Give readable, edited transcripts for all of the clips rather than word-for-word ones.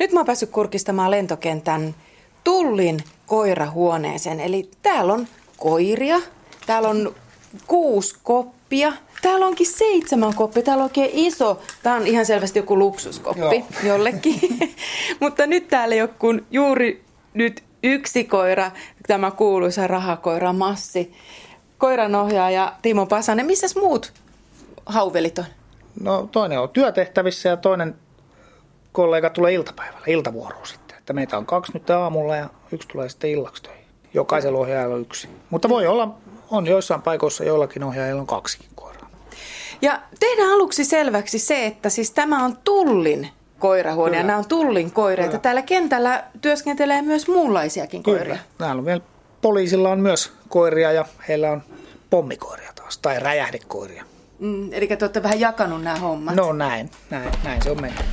Nyt mä oon päässyt kurkistamaan lentokentän Tullin koirahuoneeseen. Eli täällä on koiria, täällä on 6 koppia, täällä onkin 7 koppia, täällä on oikein iso. Tää on ihan selvästi joku luksuskoppi jollekin. Mutta nyt täällä ei ole kuin juuri nyt yksi koira, tämä kuuluisa rahakoira Massi. Koiranohjaaja Timo Pasanen. Missäs muut hauvelit on? No toinen on työtehtävissä ja toinen kollega tulee iltapäivällä, iltavuoroon sitten. Että meitä on 2 nyt aamulla ja 1 tulee sitten illaksi töihin. Jokaisella ohjaajalla on 1. Mutta voi olla, on joissain paikoissa joillakin ohjaajilla on 2 koiraa. Ja tehdään aluksi selväksi se, että siis tämä on Tullin koirahuone ja nämä on Tullin koireita. Täällä kentällä työskentelee myös muunlaisiakin koiria. Täällä on vielä, poliisilla on myös koiria ja heillä on pommikoiria taas, tai räjähdekoiria. Eli te olette vähän jakanut nämä hommat. No näin se on mennyt.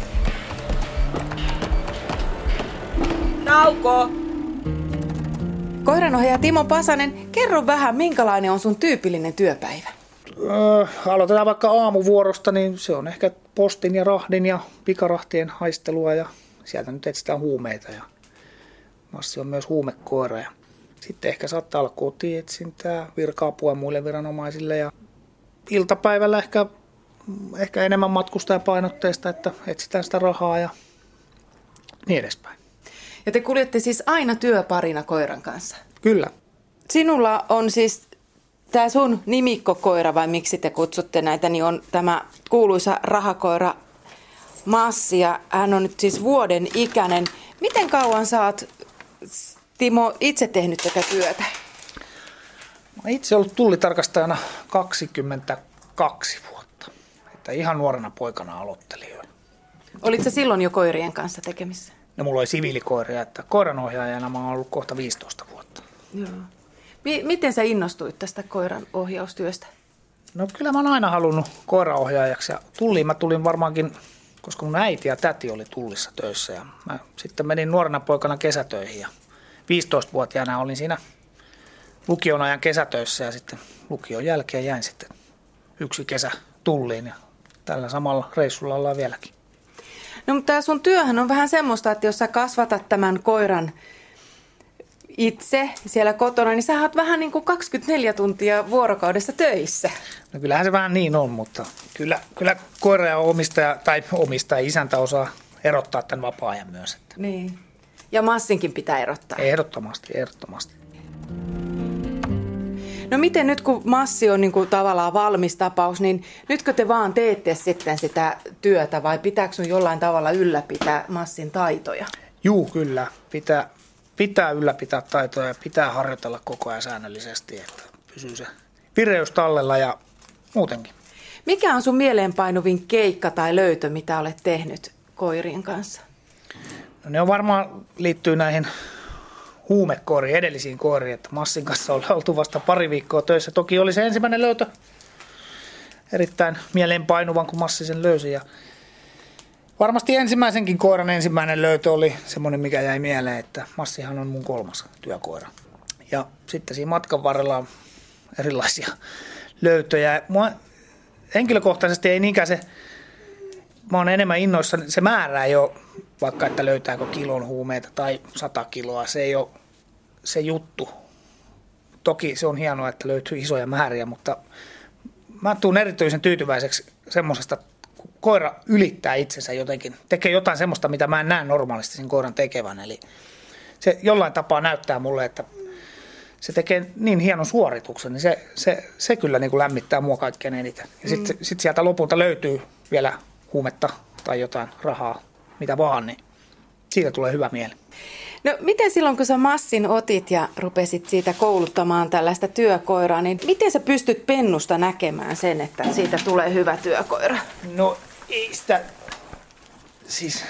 Nauko! Koiranohjaaja Timo Pasanen, kerro vähän, minkälainen on sun tyypillinen työpäivä? Aloitetaan vaikka aamuvuorosta, niin se on ehkä postin ja rahdin ja pikarahtien haistelua ja sieltä nyt etsitään huumeita ja Massi on myös huumekoira. Ja sitten ehkä saattaa olla kotietsintää, virka-apua muille viranomaisille ja iltapäivällä ehkä enemmän matkustajapainotteista, että etsitään sitä rahaa ja niin edespäin. Ja te kuljette siis aina työparina koiran kanssa? Kyllä. Sinulla on siis tämä sun nimikkokoira, vai miksi te kutsutte näitä, niin on tämä kuuluisa rahakoira Massi, ja hän on nyt siis vuoden ikäinen. Miten kauan sä oot, Timo, itse tehnyt tätä työtä? Mä itse ollut tullitarkastajana 22 vuotta. Että ihan nuorena poikana aloittelin jo. Olitko silloin jo koirien kanssa tekemissä? No mulla oli siviilikoiria, että koiranohjaajana mä oon ollut kohta 15 vuotta. Joo. Miten sä innostuit tästä koiran ohjaustyöstä? No kyllä mä oon aina halunnut koiraohjaajaksi ja tulliin mä tulin varmaankin, koska mun äiti ja täti oli Tullissa töissä ja mä sitten menin nuorena poikana kesätöihin ja 15-vuotiaana olin siinä lukion ajan kesätöissä ja sitten lukion jälkeen jäin sitten 1 kesä Tulliin ja tällä samalla reissulla ollaan vieläkin. No mutta tää sun työhän on vähän semmoista, että jos sä kasvatat tämän koiran itse siellä kotona, niin sä oot vähän niin kuin 24 tuntia vuorokaudessa töissä. No kyllähän se vähän niin on, mutta kyllä koira ja omistaja isäntä osaa erottaa tämän vapaa-ajan myös. Että. Niin. Ja Massinkin pitää erottaa. Ehdottomasti. No miten nyt, kun Massi on niin kuin tavallaan valmis tapaus, niin nytkö te vaan teette sitten sitä työtä vai pitääkö sun jollain tavalla ylläpitää Massin taitoja? Juu, kyllä. Pitää ylläpitää taitoja ja pitää harjoitella koko ajan säännöllisesti, että pysyy se vireys tallella ja muutenkin. Mikä on sun mieleenpainuvin keikka tai löytö, mitä olet tehnyt koirien kanssa? No ne on varmaan liittyy näihin huumekoiriin, edellisiin koiriin, että Massin kanssa ollaan oltu vasta pari viikkoa töissä. Toki oli se ensimmäinen löytö erittäin mieleenpainuvan, kun Massi sen löysi. Ja varmasti ensimmäisenkin koiran ensimmäinen löytö oli semmoinen, mikä jäi mieleen, että Massihan on mun 3. työkoira. Ja sitten siinä matkan varrella on erilaisia löytöjä. Mua henkilökohtaisesti ei niinkään mä oon enemmän innoissa, se määrä ei ole, vaikka että löytääkö kilon huumeita tai 100 kiloa, se ei ole se juttu. Toki se on hienoa, että löytyy isoja määriä, mutta mä tuun erityisen tyytyväiseksi semmoisesta, kun koira ylittää itsensä jotenkin, tekee jotain semmoista, mitä mä en näe normaalisti sen koiran tekevän. Eli se jollain tapaa näyttää mulle, että se tekee niin hienon suorituksen, niin se kyllä niin kuin lämmittää mua kaikkein eniten. Ja sitten sieltä lopulta löytyy vielä huumetta tai jotain rahaa, mitä vaan, niin siitä tulee hyvä mieli. No miten silloin, kun sä Massin otit ja rupesit siitä kouluttamaan tällaista työkoiraa, niin miten sä pystyt pennusta näkemään sen, että siitä tulee hyvä työkoira? No ei sitä, siis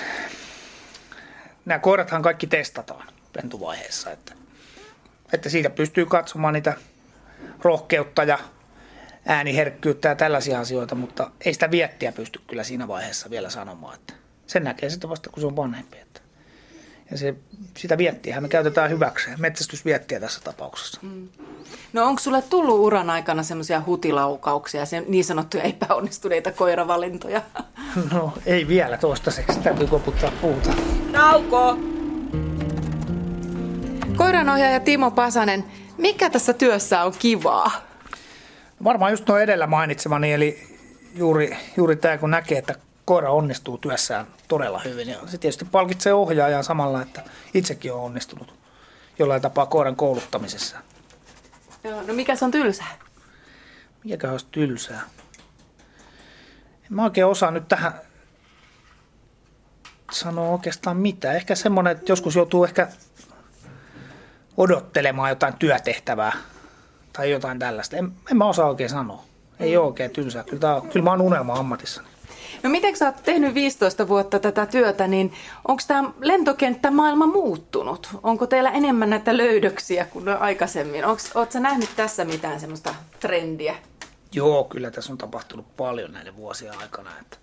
nämä koirathan kaikki testataan pentuvaiheessa, että siitä pystyy katsomaan niitä rohkeutta ja ääniherkkyyttä ja tällaisia asioita, mutta ei sitä viettiä pysty kyllä siinä vaiheessa vielä sanomaan, että sen näkee sitten vasta, kun se on vanhempi. Ja sitä viettiähän me käytetään hyväkseen, metsästysviettiä tässä tapauksessa. No onko sulle tullut uran aikana semmoisia hutilaukauksia, niin sanottuja epäonnistuneita koiravalintoja? No ei vielä toistaiseksi, täytyy koputtaa puuta. Nauko! Koiranohjaaja Timo Pasanen, mikä tässä työssä on kivaa? Varmaan just nuo edellä mainitsemani, eli juuri tämä kun näkee, että koira onnistuu työssään todella hyvin. Ja se tietysti palkitsee ohjaajaa samalla, että itsekin on onnistunut jollain tapaa koiran kouluttamisessa. Joo, no mikä se on tylsää? Mikäköhän olisi tylsää? En mä oikein osaa nyt tähän sanoa oikeastaan mitään. Ehkä semmoinen, että joskus joutuu ehkä odottelemaan jotain työtehtävää tai jotain tällaista. En mä osaa oikein sanoa. Ei ole oikein tylsää. Kyllä mä oon unelma ammatissani. No miten sä oot tehnyt 15 vuotta tätä työtä, niin onko tämä lentokenttämaailma muuttunut? Onko teillä enemmän näitä löydöksiä kuin aikaisemmin? Ootko sä nähnyt tässä mitään semmoista trendiä? Joo, kyllä tässä on tapahtunut paljon näiden vuosien aikana. Että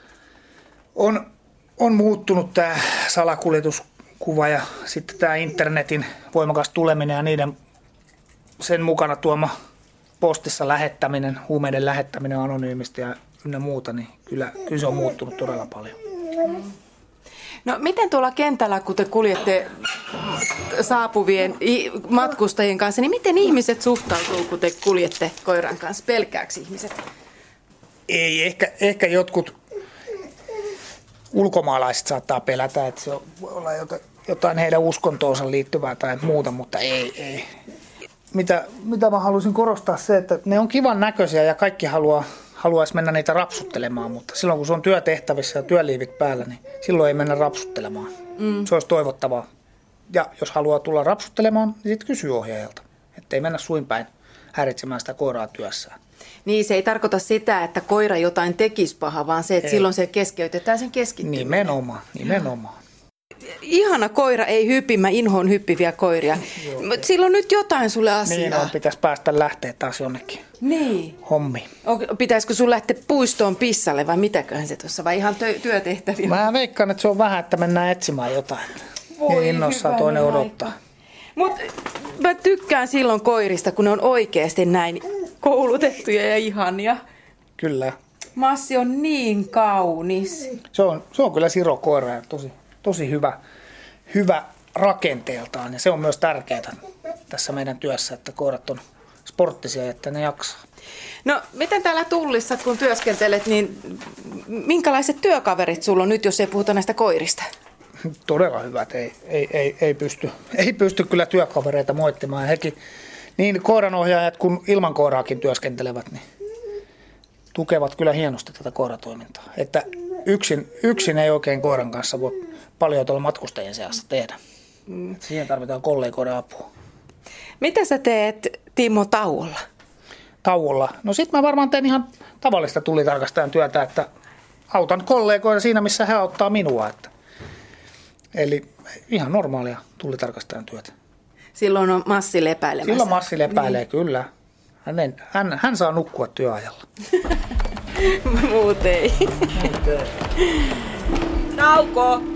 on muuttunut tämä salakuljetuskuva ja sitten tämä internetin voimakas tuleminen ja sen mukana tuoma postissa lähettäminen, huumeiden lähettäminen anonyymisti ja ynnä muuta, niin kyllä se on muuttunut todella paljon. No miten tuolla kentällä, kun te kuljette saapuvien matkustajien kanssa, niin miten ihmiset suhtautuu, kun te kuljette koiran kanssa? Pelkääks ihmiset? Ei, ehkä jotkut ulkomaalaiset saattaa pelätä, että se voi olla jotain heidän uskontoonsa liittyvää tai muuta, mutta ei. Mitä mä haluaisin korostaa se, että ne on kivan näköisiä ja kaikki haluaisi mennä niitä rapsuttelemaan, mutta silloin kun se on työtehtävissä ja työliivit päällä, niin silloin ei mennä rapsuttelemaan. Se olisi toivottavaa. Ja jos haluaa tulla rapsuttelemaan, niin sitten kysyy ohjaajalta, ettei mennä suin päin häiritsemään sitä koiraa työssään. Niin, se ei tarkoita sitä, että koira jotain tekisi paha, vaan se, että silloin se keskeytetään sen keskittyminen. Nimenomaan. Ihana koira, ei hypi, mä inhoon hyppiviä koiria. Silloin nyt jotain sulle asiaa. Niin on, pitäisi päästä lähteä taas jonnekin hommiin. Pitäisikö sun lähteä puistoon pissalle vai mitäköhän se tuossa, vai ihan työtehtäviä? Mä veikkaan, että se on vähän, että mennään etsimään jotain. Ja innossaan toinen odottaa. Mutta mä tykkään silloin koirista, kun ne on oikeasti näin koulutettuja ja ihania. Kyllä. Massi on niin kaunis. Se on kyllä sirokoira ja tosi hyvä rakenteeltaan ja se on myös tärkeää tässä meidän työssä, että koirat on sporttisia ja että ne jaksaa. No miten täällä Tullissa, kun työskentelet, niin minkälaiset työkaverit sulla on nyt, jos ei puhuta näistä koirista? Todella hyvät, ei pysty kyllä työkavereita moittimaan. Hekin niin koiranohjaajat kuin ilman koiraakin työskentelevät, niin tukevat kyllä hienosti tätä koiratoimintaa. Että yksin ei oikein koiran kanssa voi paljon tuolla matkustajien seassa tehdä. Siihen tarvitaan kollegoiden apua. Mitä sä teet, Timo, tauolla? Tauolla? No sit mä varmaan teen ihan tavallista tullitarkastajan työtä, että autan kollegoita siinä, missä he auttaa minua. Eli ihan normaalia tullitarkastajan työtä. Silloin on Massi lepäilemässä. Silloin Massi lepäilee, kyllä. Hän saa nukkua työajalla. Muut ei. Nauko!